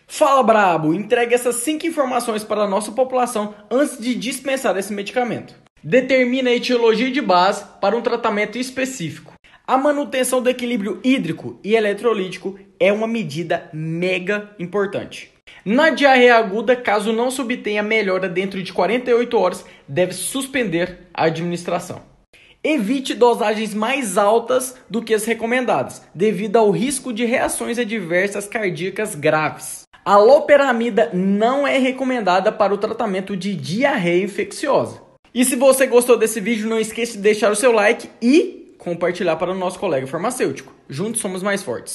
Fala Brabo, entregue essas 5 informações para a nossa população antes de dispensar esse medicamento. Determina a etiologia de base para um tratamento específico. A manutenção do equilíbrio hídrico e eletrolítico é uma medida mega importante. Na diarreia aguda, caso não se obtenha melhora dentro de 48 horas, deve suspender a administração. Evite dosagens mais altas do que as recomendadas, devido ao risco de reações adversas cardíacas graves. A loperamida não é recomendada para o tratamento de diarreia infecciosa. E se você gostou desse vídeo, não esqueça de deixar o seu like e compartilhar para o nosso colega farmacêutico. Juntos somos mais fortes.